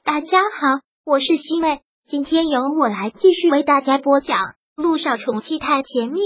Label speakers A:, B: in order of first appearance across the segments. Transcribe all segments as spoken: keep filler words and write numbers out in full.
A: 大家好，我是西妹，今天由我来继续为大家播讲《陆少宠妻太甜蜜》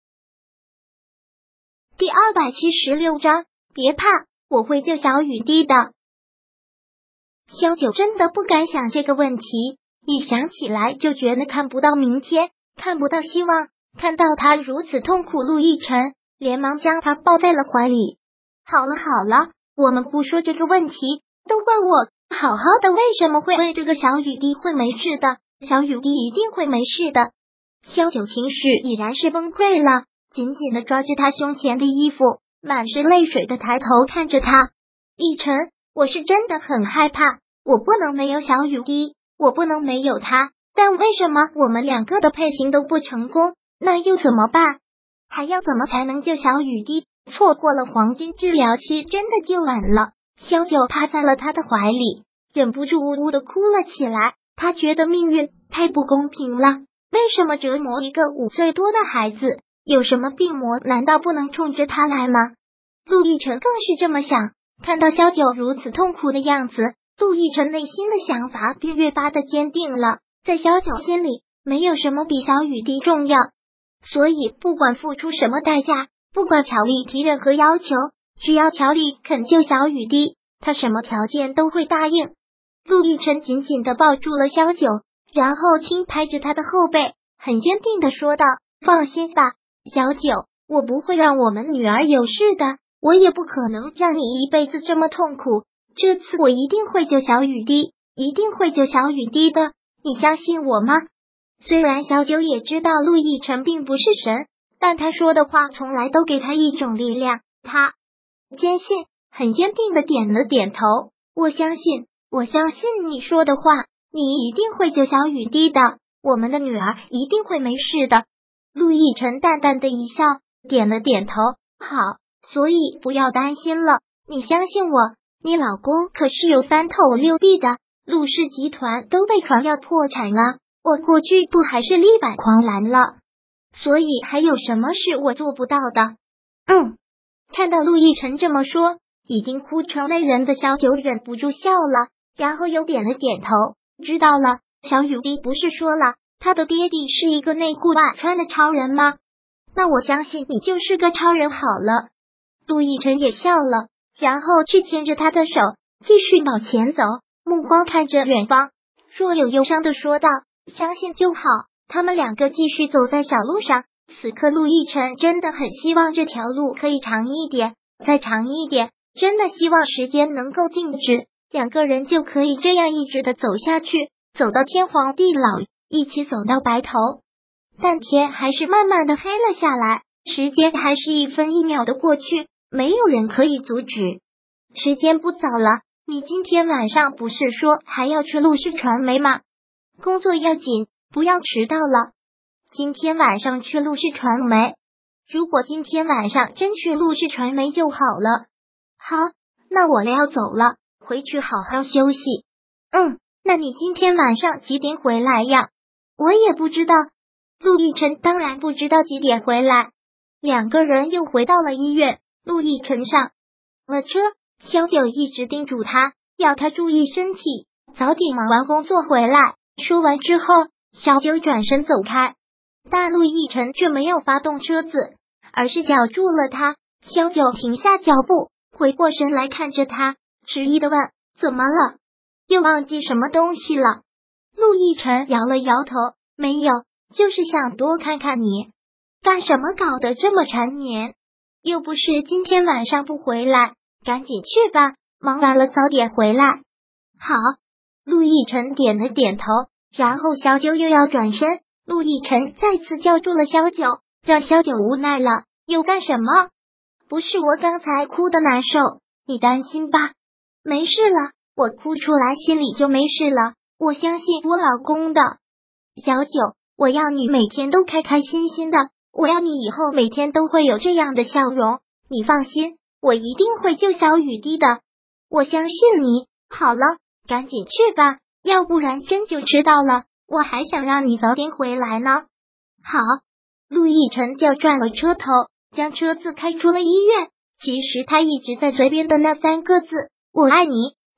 A: 第二百七十六章。别怕，我会救小雨滴的。萧九真的不敢想这个问题，一想起来就觉得看不到明天，看不到希望。看到他如此痛苦，陆亦辰连忙将他抱在了怀里。好了好了，我们不说这个问题，都怪我。好好的为什么会问这个小雨滴会没事的？小雨滴一定会没事的。萧九情绪已然是崩溃了，紧紧的抓着他胸前的衣服，满是泪水的抬头看着他。亦辰，我是真的很害怕，我不能没有小雨滴，我不能没有他，但为什么我们两个的配型都不成功？那又怎么办？还要怎么才能救小雨滴？错过了黄金治疗期，真的就晚了。萧九趴在了他的怀里，忍不住呜呜的哭了起来。他觉得命运太不公平了，为什么折磨一个五岁多的孩子？有什么病魔难道不能冲着他来吗？陆亦辰更是这么想。看到萧九如此痛苦的样子，陆亦辰内心的想法便越发的坚定了。在萧九心里，没有什么比小雨滴重要，所以不管付出什么代价，不管乔丽提任何要求，只要乔丽肯救小雨滴，他什么条件都会答应。陆亦辰紧紧的抱住了萧九，然后轻拍着他的后背，很坚定的说道：放心吧，小九，我不会让我们女儿有事的，我也不可能让你一辈子这么痛苦，这次我一定会救小雨滴，一定会救小雨滴的，你相信我吗？虽然小九也知道陆亦辰并不是神，但他说的话从来都给他一种力量，他坚信，很坚定的点了点头。我相信，我相信你说的话，你一定会救小雨滴的，我们的女儿一定会没事的。陆亦辰淡淡的一笑，点了点头。好，所以不要担心了，你相信我，你老公可是有三头六臂的，陆氏集团都被传要破产了，我过去不还是力挽狂澜了，所以还有什么是我做不到的？嗯。看到陆亦辰这么说，已经哭成泪人的萧九忍不住笑了，然后又点了点头。知道了，小雨滴不是说了，他的爹地是一个内裤外穿的超人吗？那我相信你就是个超人好了。陆亦辰也笑了，然后去牵着他的手，继续往前走，目光看着远方，若有忧伤的说道：相信就好。他们两个继续走在小路上。此刻陆亦辰真的很希望这条路可以长一点，再长一点，真的希望时间能够静止，两个人就可以这样一直的走下去，走到天荒地老，一起走到白头。但天还是慢慢的黑了下来，时间还是一分一秒的过去，没有人可以阻止。时间不早了，你今天晚上不是说还要去陆氏传媒吗？工作要紧，不要迟到了。今天晚上去陆氏传媒，如果今天晚上真去陆氏传媒就好了。好，那我要走了，回去好好休息。嗯，那你今天晚上几点回来呀？我也不知道。陆亦辰当然不知道几点回来。两个人又回到了医院，陆亦辰上了车，萧九一直叮嘱他，要他注意身体，早点忙完工作回来。说完之后，萧九转身走开。但陆亦辰却没有发动车子，而是叫住了他。萧九停下脚步，回过神来看着他，迟疑的问：怎么了？又忘记什么东西了？陆亦辰摇了摇头，没有，就是想多看看你。干什么搞得这么缠绵？又不是今天晚上不回来，赶紧去吧，忙完了早点回来。好。陆亦辰点了点头，然后萧九又要转身，陆亦辰再次叫住了萧九，让萧九无奈了。又干什么？不是我刚才哭的难受，你担心吧？没事了，我哭出来心里就没事了，我相信我老公的。小九，我要你每天都开开心心的，我要你以后每天都会有这样的笑容。你放心，我一定会救小雨滴的，我相信你。好了，赶紧去吧，要不然真就迟到了，我还想让你早点回来呢。好。陆亦辰叫转了车头，将车子开出了医院。其实他一直在嘴边的那三个字我爱你，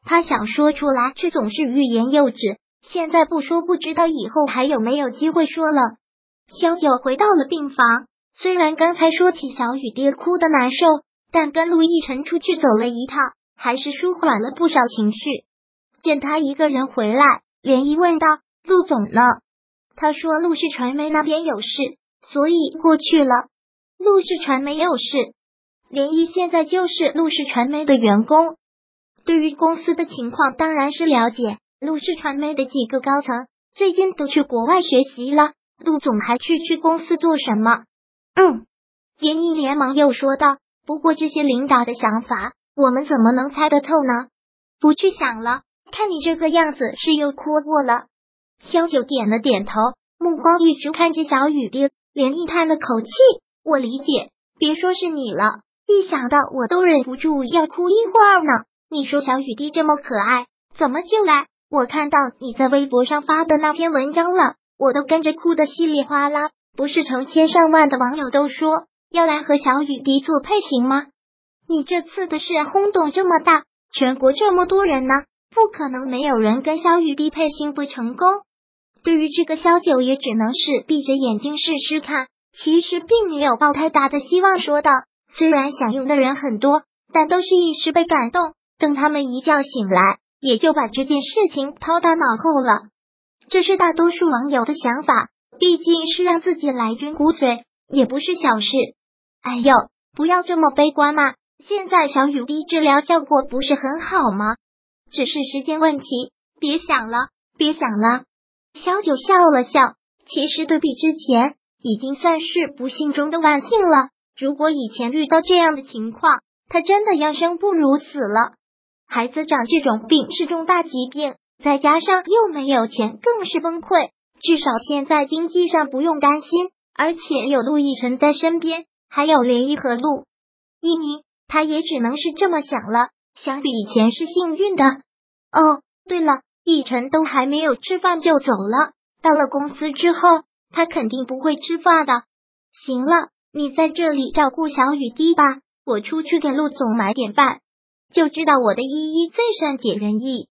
A: 他想说出来，却总是欲言又止。现在不说，不知道以后还有没有机会说了。萧九回到了病房，虽然刚才说起小雨滴哭得难受，但跟陆亦辰出去走了一趟，还是舒缓了不少情绪。见他一个人回来，涟漪问道：“陆总呢？”他说陆氏传媒那边有事，所以过去了。陆氏传媒有事？涟漪现在就是陆氏传媒的员工，对于公司的情况当然是了解。陆氏传媒的几个高层最近都去国外学习了，陆总还去去公司做什么？嗯，涟漪连忙又说道，不过这些领导的想法，我们怎么能猜得透呢？不去想了，看你这个样子是又哭过了。萧九点了点头，目光一直看着小雨滴。涟漪叹了口气，我理解，别说是你了，一想到我都忍不住要哭一会儿呢。你说小雨滴这么可爱，怎么就来？我看到你在微博上发的那篇文章了，我都跟着哭得稀里哗啦。不是成千上万的网友都说要来和小雨滴做配型吗？你这次的事轰动这么大，全国这么多人呢，不可能没有人跟小雨滴配型不成功。对于这个萧九也只能是闭着眼睛试试看，其实并没有抱太大的希望，说道，虽然响应的人很多，但都是一时被感动，等他们一觉醒来，也就把这件事情抛到脑后了。这是大多数网友的想法，毕竟是让自己来捐骨髓，也不是小事。哎呦，不要这么悲观嘛，现在小雨滴治疗效果不是很好吗？只是时间问题，别想了，别想了。萧九笑了笑，其实对比之前，已经算是不幸中的万幸了。如果以前遇到这样的情况，他真的要生不如死了。孩子长这种病是重大疾病，再加上又没有钱，更是崩溃。至少现在经济上不用担心，而且有陆亦辰在身边，还有涟漪和陆一鸣，他也只能是这么想了。相比以前是幸运的。哦，对了，亦辰都还没有吃饭就走了，到了公司之后，他肯定不会吃饭的。行了，你在这里照顾小雨滴吧，我出去给陆总买点饭。就知道我的依依最善解人意。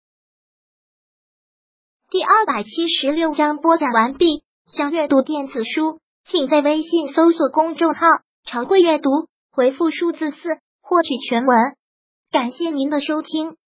A: 第二百七十六章播讲完毕。想阅读电子书，请在微信搜索公众号常会阅读，回复数字四获取全文。感谢您的收听。